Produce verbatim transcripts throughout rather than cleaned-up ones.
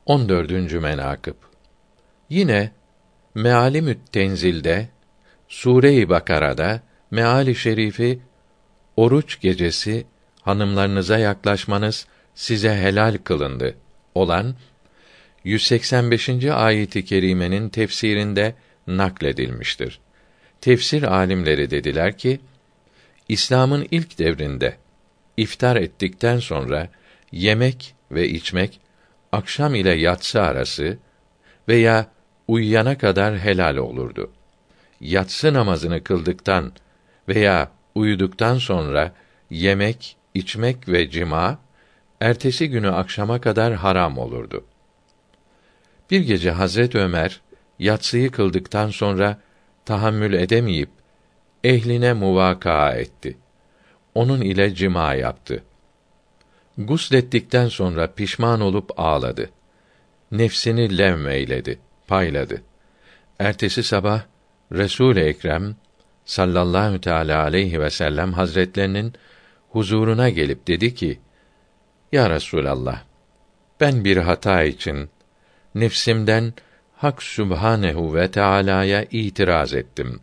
on dördüncü menakıb. Yine Meâlimü't Tenzil'de, Sûre-i Bakara'da meali şerifi oruç gecesi hanımlarınıza yaklaşmanız size helal kılındı olan yüz seksen beşinci ayet-i kerimenin tefsirinde nakledilmiştir. Tefsir alimleri dediler ki, İslam'ın ilk devrinde iftar ettikten sonra yemek ve içmek akşam ile yatsı arası veya uyuyana kadar helal olurdu. Yatsı namazını kıldıktan veya uyuduktan sonra yemek, içmek ve cima ertesi günü akşama kadar haram olurdu. Bir gece Hazret Ömer yatsıyı kıldıktan sonra tahammül edemeyip ehline muvâkaa etti. Onun ile cima yaptı. Guslettikten sonra pişman olup ağladı. Nefsini levmeyledi, payladı. Ertesi sabah Resul-i Ekrem sallallahu teâlâ aleyhi ve sellem hazretlerinin huzuruna gelip dedi ki: Ya Resulallah, ben bir hata için nefsimden Hak Sübhanehu ve Teâlâ'ya itiraz ettim.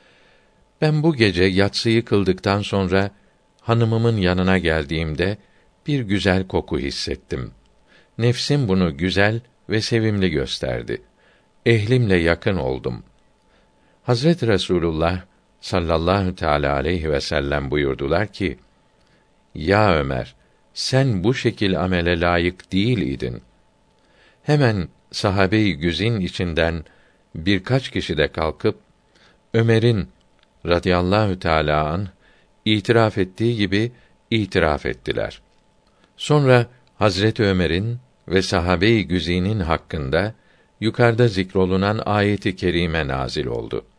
Ben bu gece yatsıyı kıldıktan sonra hanımımın yanına geldiğimde bir güzel koku hissettim. Nefsim bunu güzel ve sevimli gösterdi. Ehlimle yakın oldum. Hazret Resulullah sallallahu teâlâ aleyhi ve sellem buyurdular ki: Ya Ömer, sen bu şekil amele layık değil idin. Hemen sahabe-i güzin içinden birkaç kişi de kalkıp Ömer'in radıyallahu teâlâ anh itiraf ettiği gibi itiraf ettiler. Sonra Hazret Ömer'in ve sahabe-i güzinin hakkında yukarıda zikrolunan ayet-i kerime nazil oldu.